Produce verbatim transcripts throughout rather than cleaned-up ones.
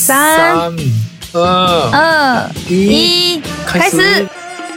三、二、 二、一，开始。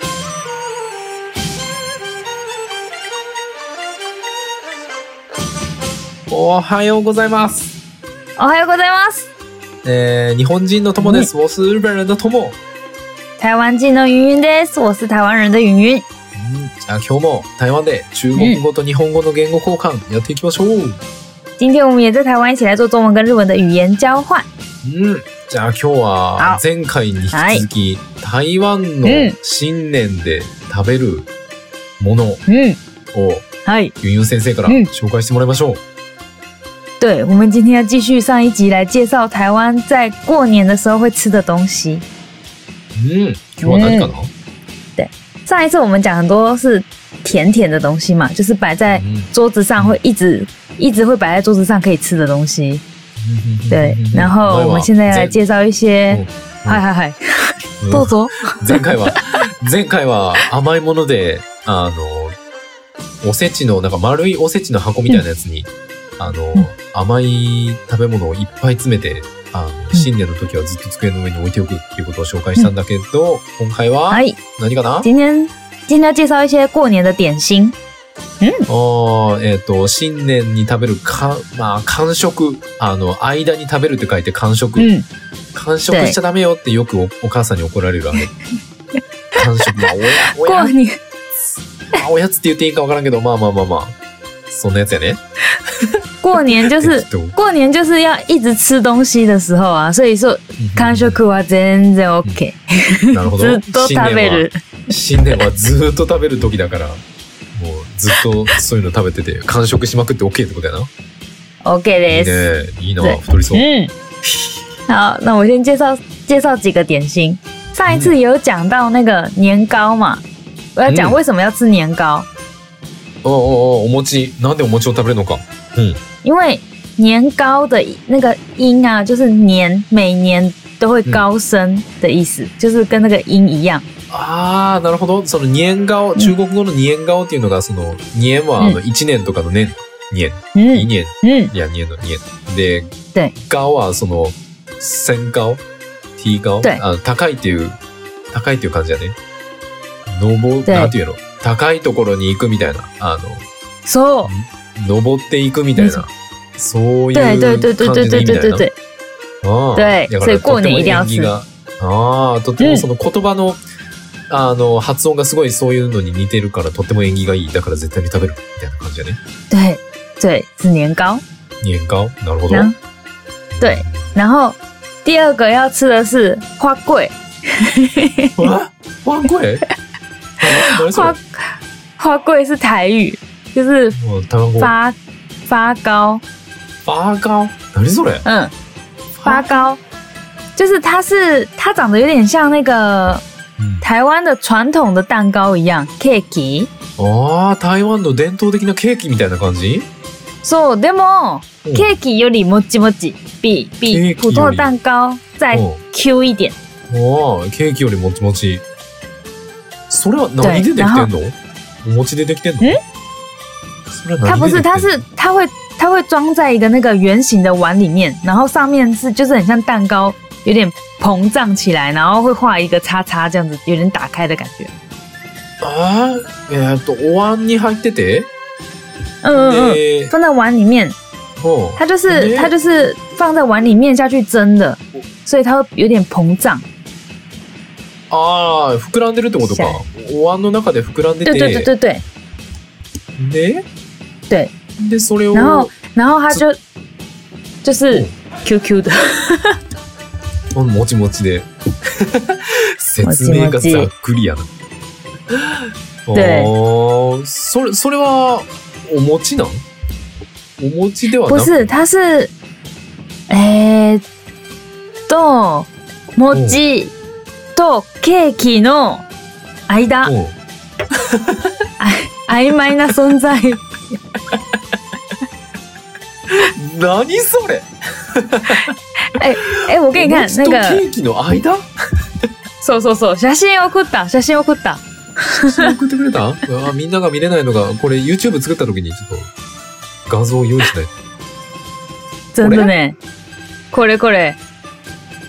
おはようございます。 おはようございます。 えー、日本人の友です。我是日本人的友。 台湾人の云云です。我是台湾人的云云。 じゃあ今日も台湾で中国語と日本語の言語交換やっていきましょう。 今天我们也在台湾一起来做中文跟日文的语言交換。 うん。じゃあ今日は前回に引き続き、はい、台湾の新年で食べるものを、はい、云云先生から紹介してもらいましょう。 对，我们今天要继续上一集来介绍台湾在过年的时候会吃的东西。 嗯，今日は何かな？ 对，上一次我们讲很多是甜甜的东西嘛，就是摆在桌子上会一直、嗯、一直会摆在桌子上可以吃的东西。对，然后我们现在来介紹一些。はいはいはい。どうぞ。 前回は前回は甘いものであのおせちのなんか丸いおせちの箱みたいなやつに。うんあの、うん、甘い食べ物をいっぱい詰めて、あの、うん、新年の時はずっと机の上に置いておくっていうことを紹介したんだけど、うん、今回は、はい、何かな？ 今天、今天要介紹一些過年的點心。 うん、あえっ、ー、と、新年に食べるか、まあ、間食。あの、間に食べるって書いて間食。うん、間食しちゃダメよってよく お, お母さんに怒られるあれ。間食。まあ、おや、おやつ。あ、おやつって言っていいかわからんけど、まあまあまあまあ。そんなやつやね。 过年就是过年就是要一直吃东西的时候啊，所以说間食は全然 OK。 なるほど。 ずっと食べる。 新年はずっと食べる時だから、もうずっとそういうの食べてて間食しまくって OK ってことやな。 OK です。 いいね、いいな、太りそう。 嗯。好，那我先介绍介绍几个点心。上一次有讲到那个年糕嘛，我要讲为什么要吃年糕。 哦哦哦，お餅、なんでお餅を食べるのか。嗯。 因为年糕的那个音啊，就是年，每年都会高升的意思，嗯、就是跟那个音一样。 ああ、なるほど。その年糕、中国語の年糕っていうのがその年はあの一年とかの年、年、一年、いや年の年で、糕はその仙糕、T 糕、あ高いっていう高いっていう感じだね。のぼなんていうの、高いところに行くみたいなあの。 そう。 登っていくみたいな、そういう感じの意味だよな。 对，所以过年一定要吃。 ああ、とてもその言葉の、あの発音がすごいそういうのに似てるからとっても縁起がいい。だから絶対に食べるみたいな感じだね。 对对，是年糕。 年糕，なるほど。 对，然后第二个要吃的是花桂。 花花桂？ 花花桂是台语。就是发发糕， 发糕，何それ？ 嗯，发糕，就是它是它长得有点像那个台湾的传统的蛋糕一样，ケーキ。 ああ、台湾の伝統的なケーキみたいな感じ？ そう、でもケーキよりもちもち，比比普通的蛋糕再 Q 一点。 ああ、ケーキよりもちもち。それは何でできてんの？お餅でできてんの？ 它不是，它是它会它会装在一个那个圆形的碗里面，然后上面是就是很像蛋糕，有点膨胀起来，然后会画一个叉叉这样子，有点打开的感觉。 啊，えっとお椀に入ってて， 嗯嗯嗯，放在碗里面。哦，它就是它就是放在碗里面下去蒸的，所以它会有点膨胀。 ああ、膨らんでるってことか。お椀の中で膨らんでて。 对对对对对。 で。 对， でそれを然后然后它就就是 Q Q 的， もちもちで説明がざっくりやな。 对， それそれはお餅なん？お餅ではなく？ 不是，它是えーっと餅とケーキの間、曖昧な存在。 何それ？ 哎哎，我给你看那个ケーキの間？ そうそうそう、写真送った写真送った。 写真送ってくれた？あ、みんなが見れないのがこれ YouTube 作った時にちょっと画像を用意しないと。 真的ね。これこれ。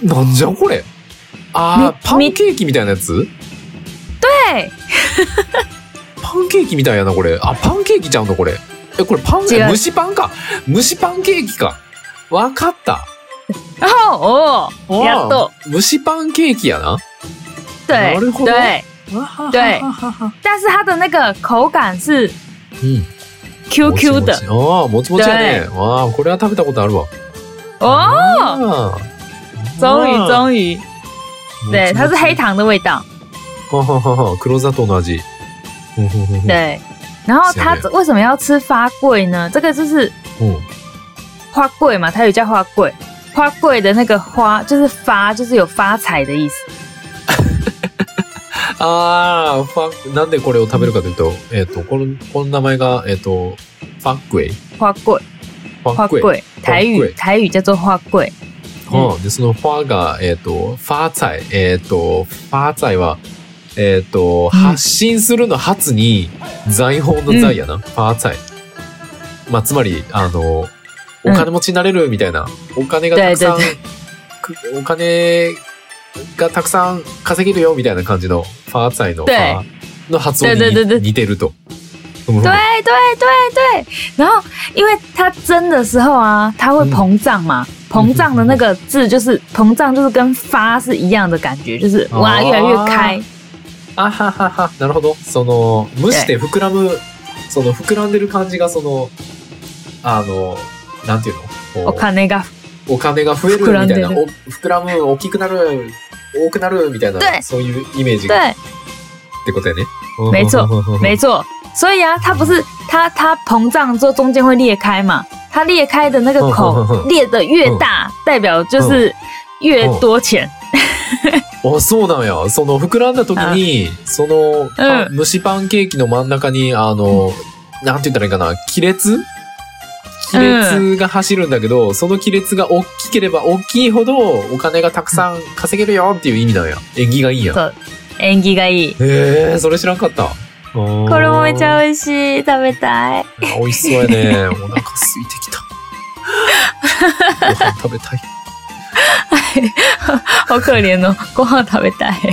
なんじゃこれ。あー、パンケーキみたいなやつ？ 对。 パンケーキみたいやなこれ。あ、パンケーキちゃうのこれ。え、これパン、蒸しパンか。蒸しパンケーキか。わかった。 哦哦，やっと。 蒸しパンケーキやな。 对， なるほど。 对对，但是它的那个口感是，嗯，Q Q 的。 ああ、もちもちやね。わあ、これは食べたことあるわ。 哦，终于终于，对，它是黑糖的味道。 哈哈哈哈，黒砂糖の味。 对，然后它为什么要吃花桂呢？这个就是花桂嘛，它有叫花桂。花桂的那个花就是发，就是有发财的意思。 ああ、ファなんでこれを食べるかというと、えっ、ー、とこのこの名前がえっ、ー、とファクイ。 花桂。花桂。台語台語叫做花桂。 うん、でそのファがえっ、ー、とファーツァイ、えっ、ー、とファーツァイはえっ、ー、と、うん、発信するの発に財宝の財やな、うん、ファーツァイ。まあつまりあのお金持ちになれるみたいな、うん、お金がたくさんお金がたくさん稼げるよみたいな感じのファーツァイのファーの発音に似てると。 对对对对，然后因为它蒸的时候啊，它会膨胀嘛，膨胀的那个字就是膨胀，就是跟发是一样的感觉，就是哇越来越开。 あははは、なるほど。その蒸して膨らむ、その膨らんでる感じがそのあのなんていうの？ お金が。 お金が増えるみたいな、お膨らむ、大きくなる、多くなるみたいな、そういうイメージってことやね。 没错，没错。所以啊，它不是它它膨胀之后中间会裂开嘛？它裂开的那个口裂得越大，代表就是越多钱。 あ、そうなんや。その膨らんだ時に、その蒸しパンケーキの真ん中にあのなんて言ったらいいかな、亀裂？亀裂が走るんだけど、うん、その亀裂が大きければ大きいほどお金がたくさん稼げるよっていう意味なんや。縁起がいいやん。そう。 縁起がいい。 へえ、それ知らんかった。 これもめっちゃ美味しい。食べたい。 美味しそうやね。お腹空いてきた。ご飯食べたい。 好可憐のご飯食べたい。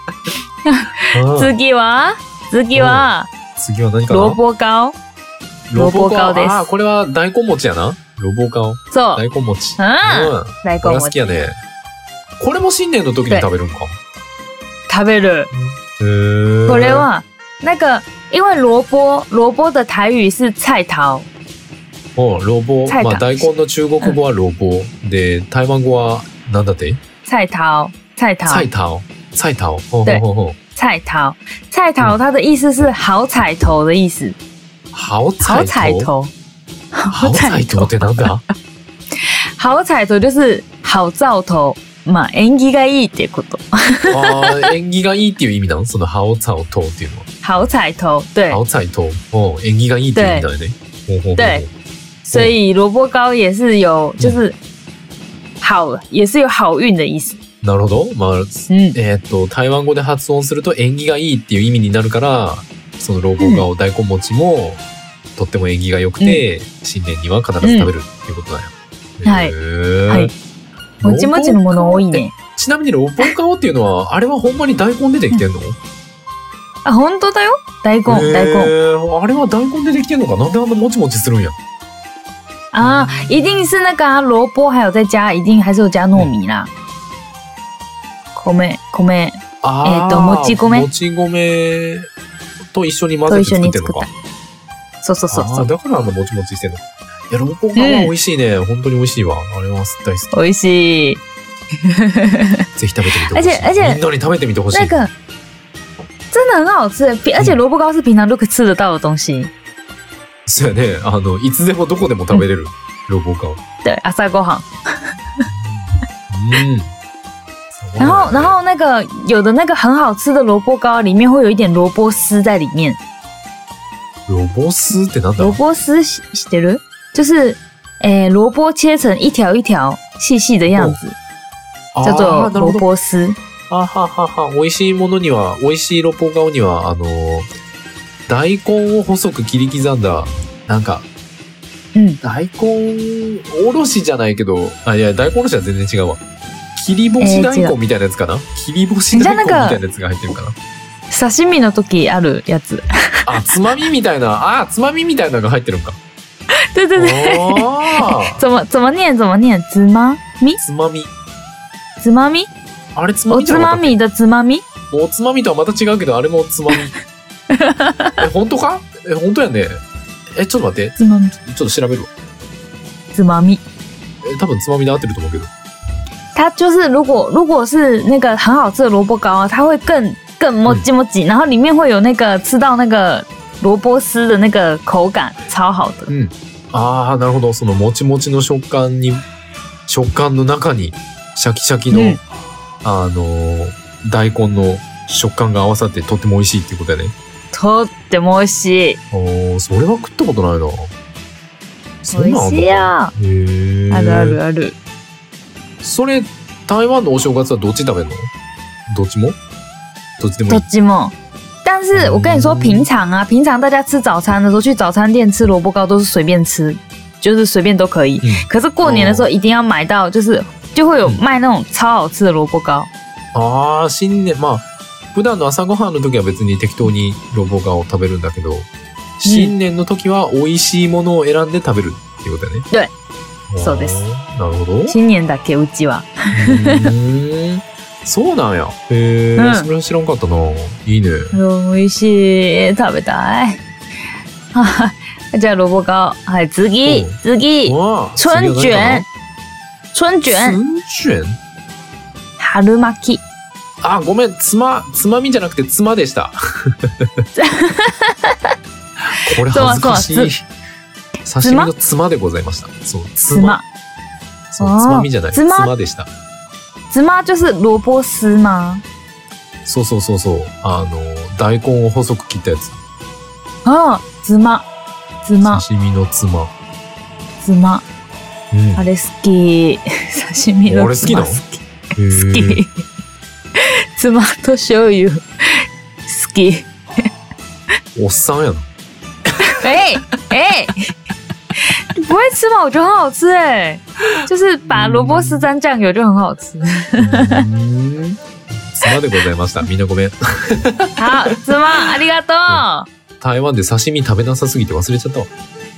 次は次は次は何かな？ 萝卜糕。萝卜糕です。 あ、これは大根餅やな。萝卜糕。 そう。 大根餅。 うん。大根餅。 これ好きやね。これも新年の時に食べるんか。 食べる。 へー。 これは那个因为萝卜萝卜的台语是菜桃。 哦，萝卜。まあ大根の中国語は萝卜、うん、で台湾語はなんだって？ 菜桃。菜桃。 菜桃。菜桃。 对。菜桃。菜桃它的意思是好彩头的意思。 好彩頭。好彩頭ってなんだ？ 好彩頭就是好兆頭。まあ縁起がいいってこと。 ああ、縁起がいいっていう意味なの？その好彩頭っていうのは。 好彩頭，对。 好彩頭。哦，縁起がいいっていう意味だよね。 对。所以萝卜糕也是有就是好，也是有好运的意思。 なるほど。まあ、うん、えっと台湾語で発音すると縁起がいいっていう意味になるから。その萝卜糕、大根餅もとっても縁起が良くて、うん、新年には必ず食べるっていうことだよ。 うん、はい。はい。もちもちのもの多いね。 ちなみに萝卜糕っていうのはあれはほんまに大根でできてんの？うん、 あ、本当だよ。大根、大根。 あれは大根でできてんのか？なんであんなもちもちするんや？ 啊，一定是那个啊，萝卜还有再加，一定还是有加糯米啦。米、米。えっともち米。 もち米。と一緒に混ぜて作ってるのか。 そうそうそうそう。 だからあんなもちもちしてんの。いや、萝卜糕は美味しいね。うん、本当に美味しいわ。あれは大好き。 美味しい。 ぜひ食べてみてほしい。而且みんなに食べてみてほしい。 那个真的很好吃，而且萝卜糕是平常都可以吃得到的东西。 そうやね。あのいつでもどこでも食べれる萝卜糕。 对，朝ごはん。嗯。然后，然后那个有的那个很好吃的萝卜糕，里面会有一点萝卜丝在里面。 萝卜丝ってなんだ？ 萝卜丝知ってる？就是诶，萝卜切成一条一条细细的样子，叫做萝卜丝。 あははは。美味しいものには、美味しい萝卜糕にはあの大根を細く切り刻んだなんか、うん、大根おろしじゃないけど、あいや大根おろしは全然違うわ。 切り干し大根みたいなやつかな、切り干し大根みたいなやつが入ってるかな。 刺身の時あるやつ。 あ、つまみみたいな、あ、つまみみたいなのが入ってるんか。 对对对。怎么怎么念怎么念？つまみ？ つまみ。 つまみ？ あれつまみおつまみ的つまみ？ おつまみとはまた違うけど、あれもつまみ。え、本当か？え、本当やね。え、ちょっと待って。 つまみ。 ちょっと調べるわ。 つまみ。 え、多分つまみで合ってると思うけど。 它就是如果如果是那个很好吃的萝卜糕啊，它会更更もちもち、嗯、然后里面会有那个吃到那个萝卜丝的那个口感，超好的。 うん。ああ、なるほど。そのもちもちの食感に、食感の中にシャキシャキの、うん、あのー、大根の食感が合わさってとっても美味しいっていうことやね。 とっても美味しい。 おー、それは食ったことないな。 美味しいや。 へー。 あるあるある。 それ、台湾のお正月はどっち食べるの？どっちも？どっちでもいい。 どっちも。但是我跟你说，平常啊，平常大家吃早餐的时候，去早餐店吃萝卜糕都是随便吃，就是随便都可以。嗯、可是过年的时候一定要买到，就是就会有卖那种超好吃的萝卜糕。 ああ、新年、まあ、普段の朝ごはんの時は別に適当に萝卜糕を食べるんだけど、新年の時は美味しいものを選んで食べるっていうことだね。 对。そうです。 なるほど。 新年だけうちは。 そうなんや。へえ、うん、それは知らんかったな。いいね。 美味しい。食べたい。じゃあ萝卜糕。はい、次、次。春卷。春卷。 春卷。 春巻き。 あ、ごめん。つま、つまみじゃなくてつまでした。これ恥ずかしい。刺身のつまでございました。そう、つま。そう、つまみじゃない。つまでした。 つま就是萝卜丝吗？ そうそうそうそう。あの、大根を細く切ったやつ。 ああ、つま。つま。 刺身のつま。 つま。うん、あれ好き。刺身のつま好き。好き。つまと醤油。好き。 おっさんやな。 哎哎。不会吃吗？我觉得很好吃哎，就是把萝卜丝沾酱油就很好吃。 つまでございました。みんなごめん。 好、つまありがとう。 台湾で刺身食べなさすぎて忘れちゃったわ。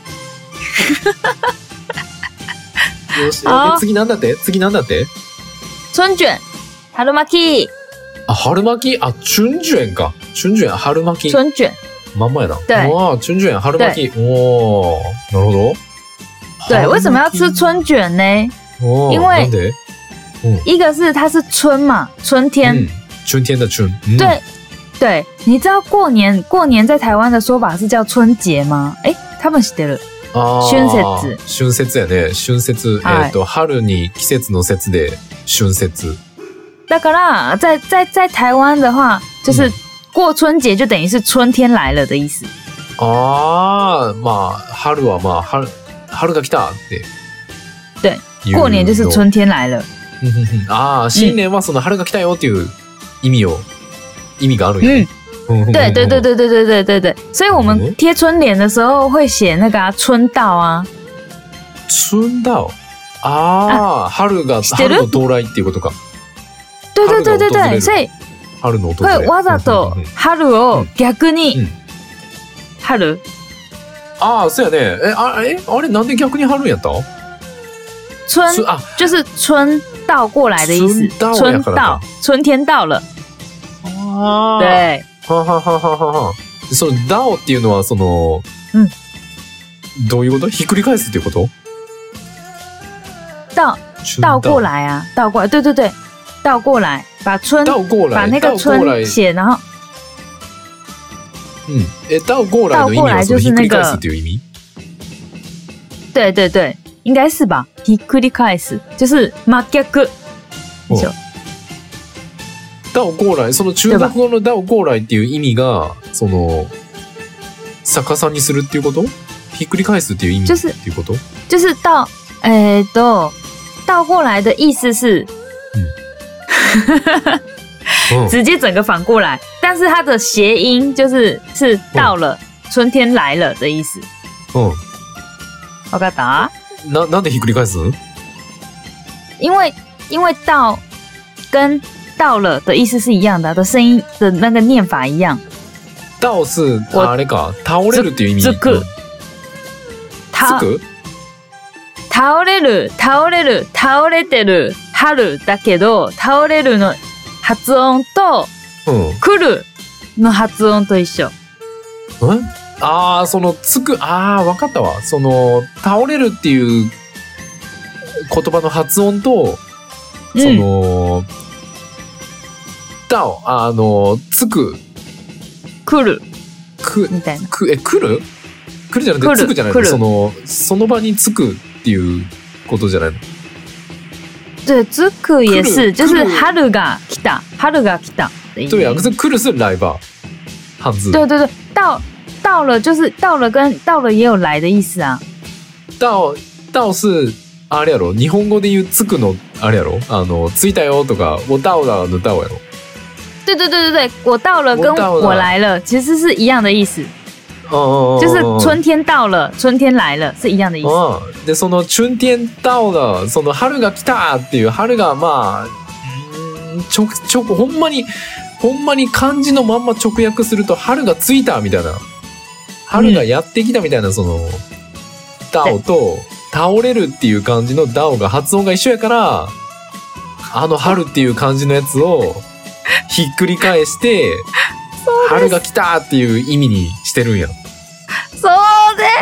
よし、次なんだって？次なんだって？ 春卷、春巻き。 あ、春巻き？あ、春卷か。春卷、春巻き。 春卷。 まんまやな。哇，春卷、春巻き。おー、なるほど。 对，为什么要吃春卷呢？哦、因为一个是它是春嘛，春天，嗯、 春天的春。嗯、 对对，你知道过年过年在台湾的说法是叫春节吗？哎，他们知ってる。 あ春節。 春節やね。春節。えっと春に季節の節で春節。 だから在在在台湾的话，就是过春节就等于是春天来了的意思。 ああ、まあ春はまあ春。春が来たって。 对，过年就是春天来了。 ああ、新年はその春が来たよっていう意味を、意味があるんやね。 嗯，对对对对对对对对对，所以我们贴春联的时候会写那个啊春到啊。 春到。ああ、春が春の到来っていうことか。 对对对对对，所以春の訪れ。 会わざと春を逆に春。 ああ、そうやね。え、あえ、あれなんで逆に春やった？ 春啊，就是春倒过来的意思。春到，春天到了。 ああ。 对。 はははははは。その倒っていうのはその、 うん。 どういうこと？ひっくり返すっていうこと？ 倒倒过来啊，倒过来，对对对，倒过来，把春倒过来， 把那个春写，然后。 嗯，え、倒过来の意味はそのひっくり返すっていう意味？ 对对对，应该是吧。ひっくり返す就是真逆。 倒过来、その中国語の倒过来っていう意味がその逆さにするっていうこと？ひっくり返すっていう意味っていうこと？ 就是倒えっと倒过来的意思是。嗯直接整个反过来，但是它的谐音就是是到了、嗯、春天来了的意思。 嗯， わかった？ ななんでひっくり返す？ 因为因为到跟到了的意思是一样的，的声音的那个念法一样。 到是あれか、倒れるっていう意味。 つく。 つく。 倒れる、倒れる、倒れてる、春だけど、倒れるの発音と、うん、来るの発音と一緒。 ん？ああ、そのつく、ああ、わかったわ。その倒れるっていう言葉の発音と、その、うん、だをあのつく、 来る、 くみたいな。 くえ来る？来るじゃなくてつくじゃないの？そのその場につくっていうことじゃないの？ 对，つく也是，就是春が来た，春が来た。 对啊，可是来る是来吧，汉字。 对对对，到到了就是到了，跟到了也有来的意思啊。 到到是あれやろ、日本語で言うつくのあれやろ、あの着いたよとか我到了の到やろ。 对对对对对，我到了跟我来了其实是一样的意思。 哦， 就是春天到了，春天来了是一样的意思。 でその春天到了、その春が来たっていう春がまあちょちょほんまにほんまに漢字のまんま直訳すると春がついたみたいな、春がやってきたみたいな、うん、そのダオと倒れるっていう漢字のダオが発音が一緒やから、あの春っていう漢字のやつをひっくり返して春が来たっていう意味にしてるんや。 そうです。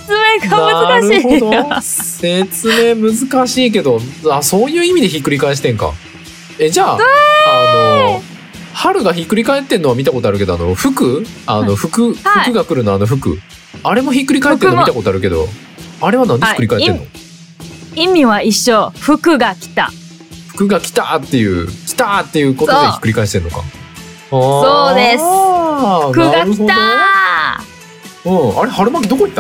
説明が難しい。 なるほど。説明難しいけど、あ、そういう意味でひっくり返してんか。え、じゃあ、あの春がひっくり返ってんのは見たことあるけど、あの服、あの服、はい、服が来るのあの服、あれもひっくり返ってんの見たことあるけど、あれはなんでひっくり返ってんの？はい、 意味は一緒。服が来た。 服が来たっていう来たっていうことでひっくり返してんのか。 そうです。服が来たー。うん、あれ春巻きどこ行った？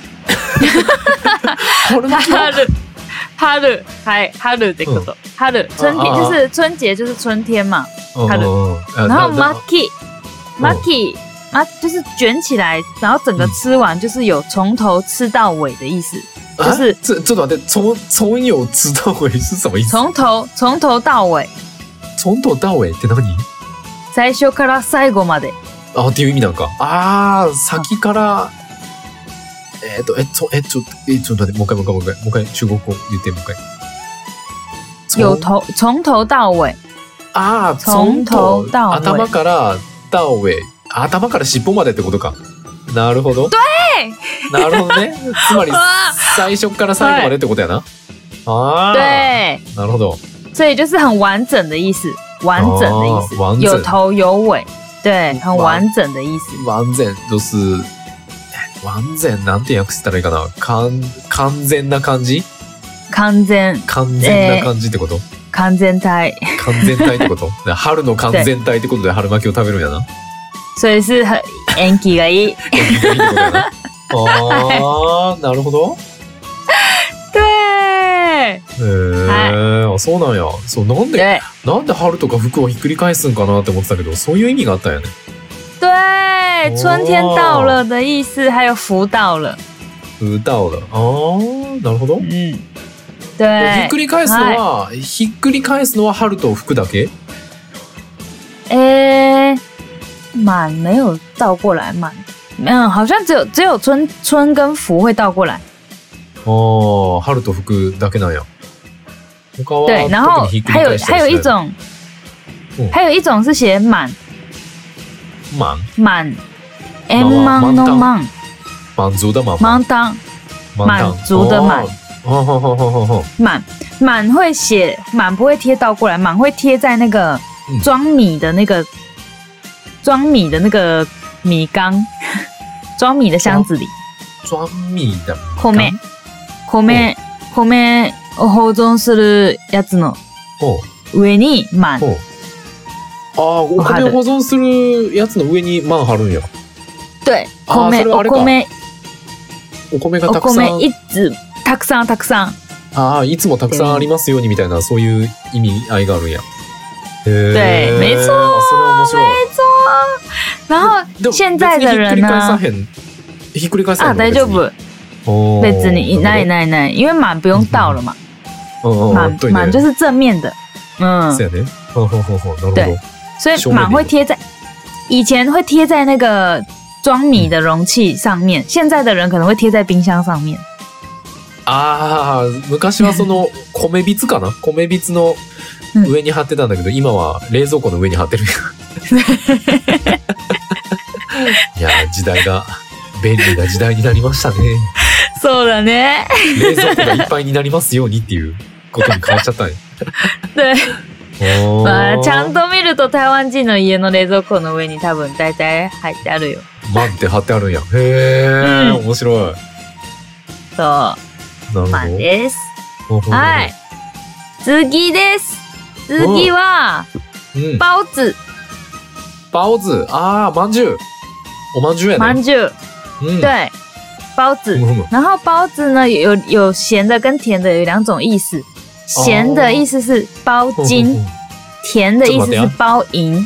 春巻き春春はい春ってこと。うん、春春天就是春节就是春天嘛。春。然后巻き巻き啊就是卷起来，然后整个吃完就是有从头吃到尾的意思。就是这这短的从从有吃到尾是什么意思？ 从头从头到尾。 从頭到尾って何？ 最初から最後まで。 あっていう意味なんか。ああ、先から、えっ、ー、と、え、ちょ、え、ちょ、え、ちょっと待って、もう一回、もう一回、もう一回、もう一回、中国語言って、もう一回。 有頭、從頭到尾。 ああ、 從頭到尾。 頭から到尾。頭から尻尾までってことか。なるほど。なるほどね。つまり、最初から最後までってことやな。ああ。 对。 なるほど。 所以就是很完整的意思。完整的意思， 哦、 有头有尾，对，很完整的意思。 完全就是完全なんて訳したらいいかな。完完全な感じ？ 完全。 完全な感じってこと？ えー、完全体。 完全体ってこと？春の完全体ってことで春巻きを食べるんやな。 所以是縁起がいい。 縁起がいいってことやな。ああ、なるほど。 对。 へえ、はい、そうなんや。そうなんでなんで春とか服をひっくり返すんかなって思ってたけど、そういう意味があったんやね。 对，春天到了的意思，还有福到了。 福到了。ああ、なるほど。うん。 对。 ひっくり返すのは、はい、ひっくり返すのは春と服だけ？ えー、满没有倒过来满，嗯，好像只有只有春春跟福会倒过来。 哦，春と服だけなんや。他は对，然后还有还有一种，嗯、还有一种是写满。 满满 ，M 満の満。 满足的满。 満タン。满足的满。满满会写满不会贴倒过来，满会贴在那个装米的那个装米的那个米缸，装米的箱子里。 装米的米。米米を保存するやつの上に満。 ああ、お米を保存するやつの上に満貼るんや。 对、米お米お米がたくさん。 お米いつたくさんたくさん。 ああ、いつもたくさんありますようにみたいな、そういう意味合いがあるんや。 へえ。对，没错。 それは面白い。 没错。然後現在的人呢？ ひっくり返さへん。 あ、大丈夫。別にないないない，因为满不用倒了嘛。 满满就是正面的，嗯， 是呀ね。ほほほほ、なるほど。 对，所以满会贴在以前会贴在那个装米的容器上面，现在的人可能会贴在冰箱上面。 ああ、昔はその米びつかな、米びつの上に貼ってたんだけど、今は冷蔵庫の上に貼ってる。いやー、時代が便利な時代になりましたね。 そうだね。 冷蔵庫がいっぱいになりますようにっていうことに変わっちゃったね。 对。まあ、ちゃんと見ると台湾人の家の冷蔵庫の上に多分大体入ってあるよ。 万って貼ってあるんや。へー、うん、面白い。 そう。万です。はい。次です。次は、包子。 包子。あー、まんじゅう。おまんじゅうやね。 まんじゅう。嗯、对。包子。然后包子呢，有有咸的跟甜的，有两种意思。咸的意思是包金，甜的意思是包银。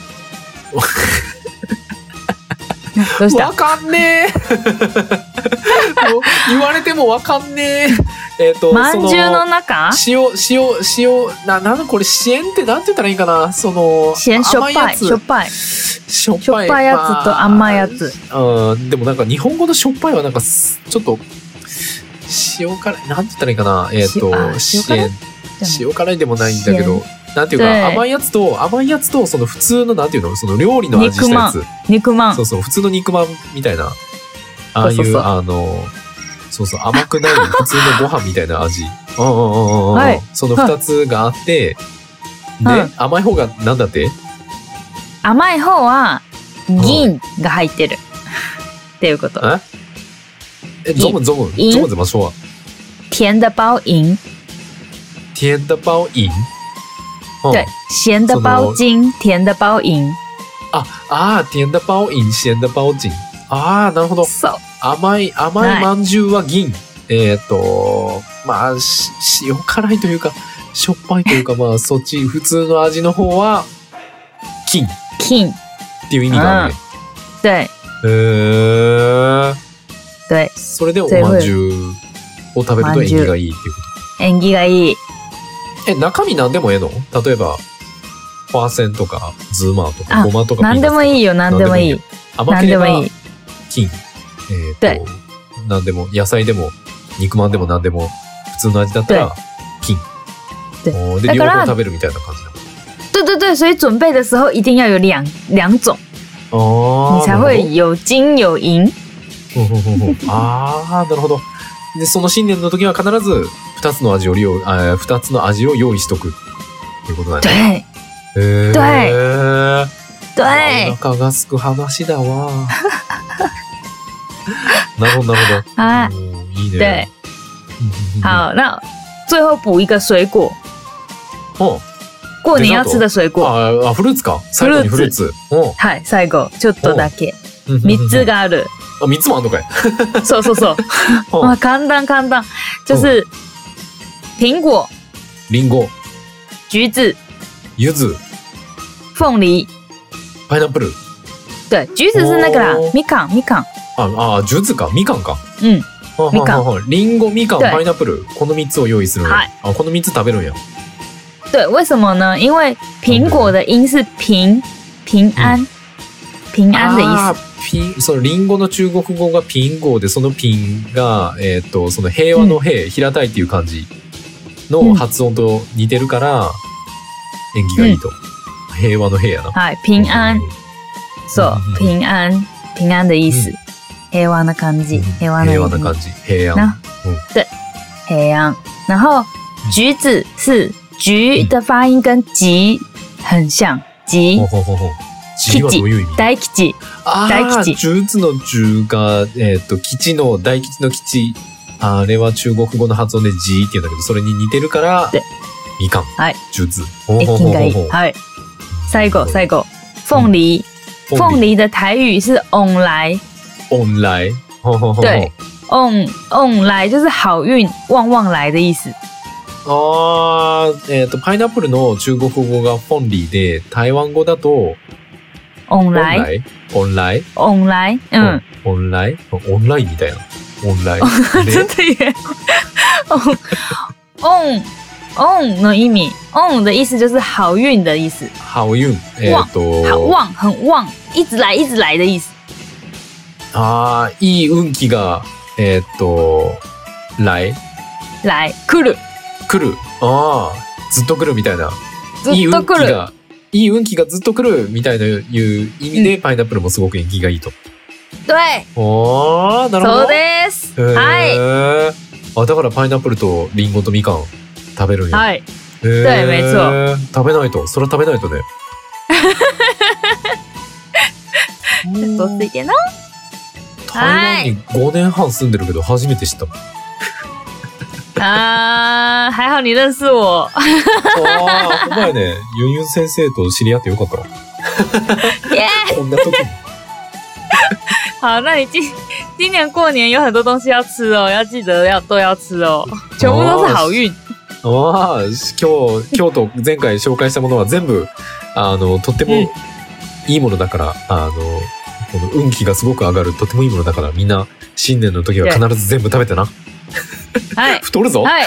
どうした？ わかんねえ。言われてもわかんねえ。えっと、 まんじゅうの中？ 塩、塩、塩、な、なんだこれ、塩ってなんて言ったらいいかな、その、 塩、しょっぱい、しょっぱい。しょっぱいやつと甘いやつ。 うん、でもなんか日本語のしょっぱいはなんか、ちょっと、塩辛い、なんて言ったらいいかな、えっと、塩、塩辛いでもないんだけど、なんていうか、甘いやつと、甘いやつと、その普通の、なんていうの、その料理の味したやつ。 肉まん。 そうそう、普通の肉まんみたいな。ああいう、そうそうそう、あの、そうそう、甘くない普通のご飯みたいな味。うんうんうんうん。はい、その二つがあって、で、うん、甘い方がなんだって？ 甘い方は、銀が入ってる。っていうこと。 え？え、中文中文中文怎么说啊？ 甜的包银。 甜的包银。 对，咸的包金，甜的包银。 あ、あ、甜的包銀、咸的包金。ああ、なるほど。 そう。 甘い、甘いまんじゅうは銀。えっと、まあ、塩辛いというか、しょっぱいというか、まあ、そっち、普通の味の方は、金。 金。 っていう意味があるね。 对。 へー。 对。 それでおまんじゅうを食べると縁起がいいっていうこと。 縁起がいい。 え、中身なんでもええの？例えば、ファーセンとか、ズーマーとか、ごまとか。 なんでもいいよ、なんでもいい。 甘ければ、金。えっと、なんでも、野菜でも、肉まんでもなんでも、普通の味だったら、金。で、両方食べるみたいな感じだ。 对对对，所以准备的时候一定要有两两种，哦，你才会有金有银。 ああ、なるほど。で、その新年の時は必ず二つの味を用意、あ、二つの味を用意しとくっていうことだね。 对。 へー。 对。对。 お腹がすく話だわ。なるほどなるほど。 啊， いいね。 对。好，那最後補一個水果。 哦。 過年要吃的水果。 ああ、フルーツか。最後にフルーツ。 はい、最後ちょっとだけ三つがある。 あ、三つもあんのかい。 そうそうそう。あ、簡単簡単。就是苹果、 リンゴ、 橘子、 柚子、 凤梨、 パイナップル。 对，橘子是那个啦，みかん、みかん。 ああ、橘子か、みかんか。 うん。みかん。 リンゴ、みかん、パイナップル。この三つを用意する。はい。あ、この三つ食べるんや。 对，为什么呢？因为苹果的音是平平安、嗯、平安的意思。 ピン、そのリンゴの中国語がピンゴで、そのピンがえっとその平和の平、うん、平たいっていう感じの発音と似てるから、縁起がいいと。うん、平和の平やな。 はい、平安。そう、平安平安的意思。うん、平和な感じ、平和な平和な感じ、平安。 嗯，对，平安。然后橘子是。橘的发音跟吉很像，吉。 吉はどういう意味？ 大吉。 大吉。橘子の橘がえっと吉の大吉の吉、あれは中国語の発音でジって言うんだけど、それに似てるからみかん。 はい。 橘子。 縁起がいい。はい。最後最後，鳳梨。鳳梨的台語是翁來。 翁來。 對，翁翁來就是好運旺旺來的意思。 あー、えっと、パイナップルの中国語がフォンリーで、台湾語だと、 オンライオンライオンライうん。 オンライオンラインみたいな。オンライ真的耶。オン、 on の意味 on 的意思就是好运的意思。 好运。えー、っと好旺很旺，一直来一直来的意思。 ああ、いい運気がえー、っと来来来る来る。ああ、ずっと来るみたいな。 ずっと来る。 いい運気がずっと来るみたいないう意味で、うん、パイナップルもすごく縁起がいいと。 对。 おー、なるほど。 そうです。はい。 あ、だからパイナップルとリンゴとみかん食べるんや。 はい。对、没错。 食べないと、それは食べないとね。 多吃一点呢。 台湾にごねんはん住んでるけど初めて知った。 あー、还好你认识我。 あー、ほんまやね。ユンユン先生と知り合ってよかったわ。こんな時に。 好，那你今今年过年有很多东西要吃哦，要记得要都要吃哦，全部都是好运。 ああ、今日今日と前回紹介したものは全部あのとってもいいものだから、うん、あのこの運気がすごく上がるとってもいいものだからみんな新年の時は必ず全部食べてな。 はい。 太るぞ。 はい。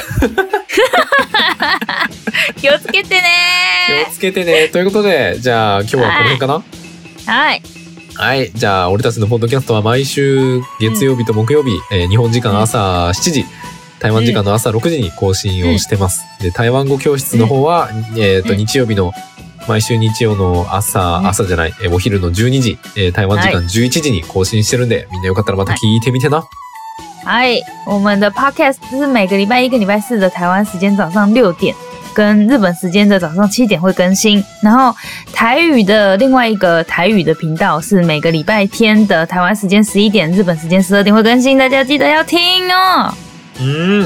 気をつけてね。 気をつけてね。ということで、じゃあ今日はこの辺かな。 はい。 はい。じゃあ俺たちのポッドキャストは毎週月曜日と木曜日、うんえー、日本時間朝しちじ、台湾時間の朝ろくじに更新をしてます。うん、で台湾語教室の方は、うん、えっと日曜日の毎週日曜の朝、うん、朝じゃない、えー、お昼のじゅうにじ、えー、台湾時間じゅういちじに更新してるんで、はい、みんなよかったらまた聞いてみてな。 嗨，我们的 podcast 是每个礼拜一跟礼拜四的台湾时间早上六点，跟日本时间的早上七点会更新。然后台语的另外一个台语的频道是每个礼拜天的台湾时间十一点，日本时间十二点会更新，大家記得要聽哦。 うん、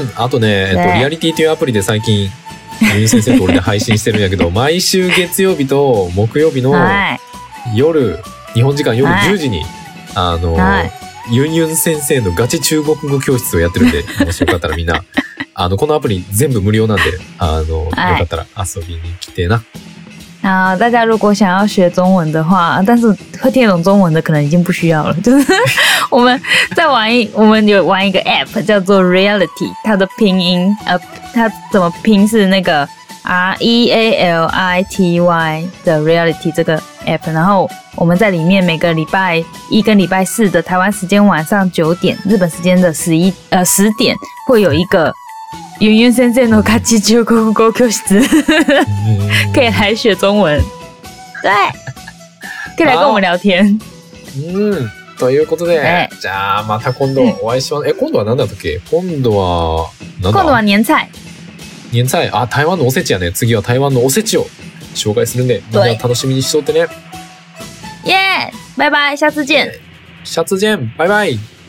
あとね、えっと、リアリティというアプリで最近ユン先生と俺で配信してるんやけど、毎週月曜日と木曜日の夜、日本時間夜じゅうじに、あの、はいユンユン先生のガチ中国語教室をやってるんで、もしよかったらみんな、あの、このアプリ全部無料なんで、あの、よかったら遊びに来てな。 啊，大家如果想要学中文的话，但是会听得懂中文的可能已经不需要了。就是我们在玩一，我们有玩一个 app 叫做 Reality， 它的拼音，呃，它怎么拼是那个 R E A L I T Y 的 Reality 这个 app， 然后我们在里面每个礼拜一跟礼拜四的台湾时间晚上九点，日本时间的十一呃十点会有一个ユンユン先生のガチ中国語教室，可以来学中文，对，可以来跟我们聊天。 うん、ということで、じゃあまた今度お会いしましょう。え、今度は何だったっけ？今度はなんだ？ 今度は年菜。 年菜、あ、台湾のおせちやね。次は台湾のおせちを紹介するんで、みんな楽しみにしとってね。 耶，拜拜，下次见。 下次见，拜拜。